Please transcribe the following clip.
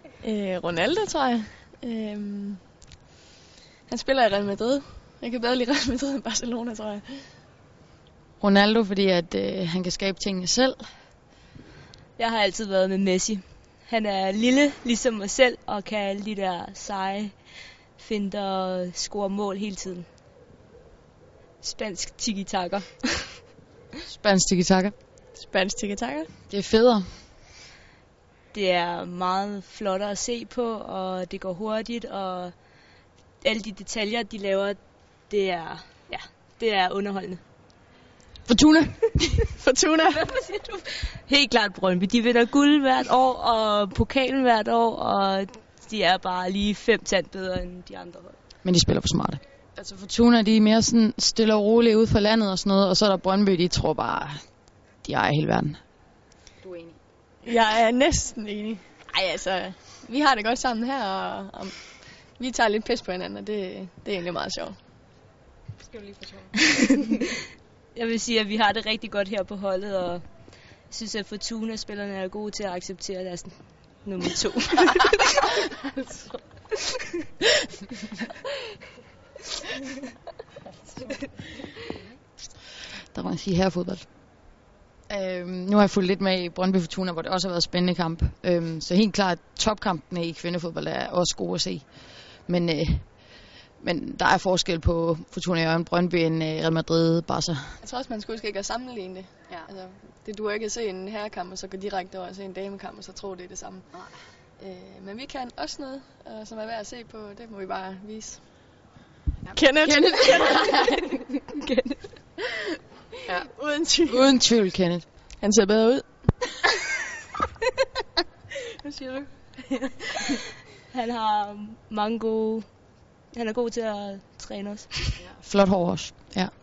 Ronaldo, tror jeg. Han spiller i Real Madrid. Jeg kan bedre lide Real Madrid end Barcelona, tror jeg. Ronaldo, fordi at han kan skabe tingene selv. Jeg har altid været med Messi. Han er lille, ligesom mig selv, og kan alle de der seje finter og score mål hele tiden. Spansk tiki-taka. Spansk tiki-taka. Spansk tiki-taka. Det er federe. Det er meget flottere at se på, og det går hurtigt, og alle de detaljer, de laver, det er underholdende. Fortuna. Fortuna. Hvad siger du? Helt klart Brøndby. De vinder guld hvert år, og pokalen hvert år, og de er bare lige 5 tand bedre end de andre hold. Men de spiller for smarte. Altså Fortuna, de er mere sådan stille og rolige ude for landet og sådan noget, og så er der Brøndby, de tror bare, de ejer hele verden. Du er enig? Jeg er næsten enig. Ej, altså, vi har det godt sammen her, og vi tager lidt pis på hinanden, og det er egentlig meget sjovt. Skal du lige fortælle? Jeg vil sige, at vi har det rigtig godt her på holdet, og jeg synes, at Fortuna-spillerne er gode til at acceptere deres nummer 2. Der var en sige herrefodbold. Nu har jeg fulgt lidt med i Brøndby Fortuna, hvor det også har været spændende kamp. Så helt klart, topkampene i kvindefodbold er også gode at se. Men der er forskel på Fortuna og Brøndby end Real Madrid, Barca. Jeg tror også, man skulle ikke at sammenligne det. Ja. Altså, det duer ikke at se en herrekamp, og så gå direkte over og se en damekamp, og så tro, det er det samme. Men vi kan også noget, som er værd at se på. Det må vi bare vise. Ja. Kenneth. Ja. Uden tvivl, Kenneth. Han ser bedre ud. Hvad siger du? Han har mange gode... Han er god til at træne os. Flot hår også. Ja.